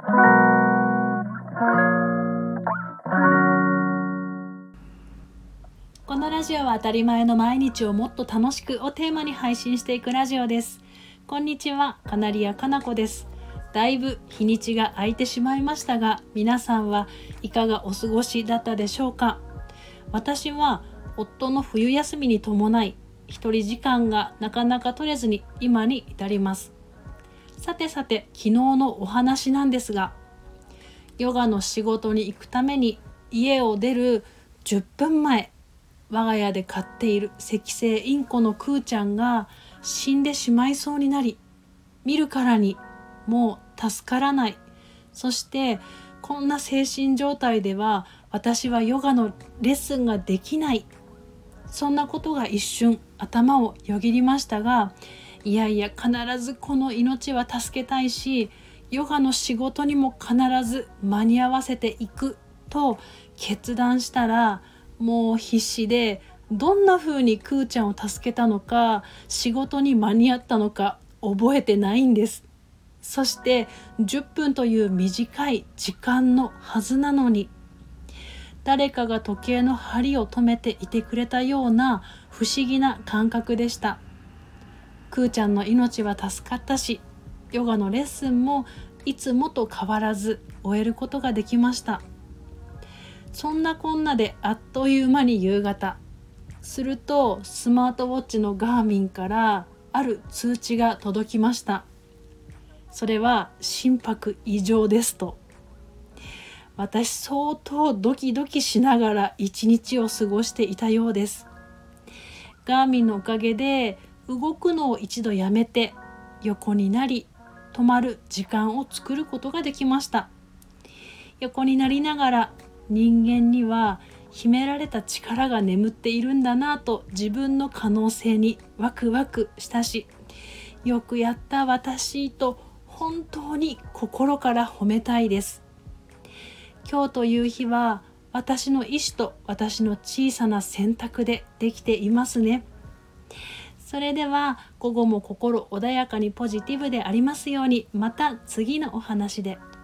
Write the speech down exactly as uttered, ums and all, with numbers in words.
このラジオは当たり前の毎日をもっと楽しくをテーマに配信していくラジオです。こんにちは、カナリアかなこです。だいぶ日にちが空いてしまいましたが、皆さんはいかがお過ごしだったでしょうか。私は夫の冬休みに伴い一人時間がなかなか取れずに今に至ります。さてさて、昨日のお話なんですが、ヨガの仕事に行くために家を出るじゅっぷんまえ、我が家で飼っている赤星インコのクーちゃんが死んでしまいそうになり、見るからにもう助からない。そしてこんな精神状態では私はヨガのレッスンができない。そんなことが一瞬頭をよぎりましたが、いやいや必ずこの命は助けたいし、ヨガの仕事にも必ず間に合わせていくと決断したら、もう必死でどんな風にクーちゃんを助けたのか、仕事に間に合ったのか覚えてないんです。そしてじゅっぷんという短い時間のはずなのに、誰かが時計の針を止めていてくれたような不思議な感覚でした。クーちゃんの命は助かったし、ヨガのレッスンもいつもと変わらず終えることができました。そんなこんなであっという間に夕方。するとスマートウォッチのガーミンからある通知が届きました。それは心拍異常ですと。私相当ドキドキしながら一日を過ごしていたようです。ガーミンのおかげで動くのを一度やめて横になり止まる時間を作ることができました。横になりながら、人間には秘められた力が眠っているんだなと自分の可能性にワクワクしたし、よくやった私と本当に心から褒めたいです。今日という日は私の意志と私の小さな選択でできていますね。それでは午後も心穏やかにポジティブでありますように。また次のお話で。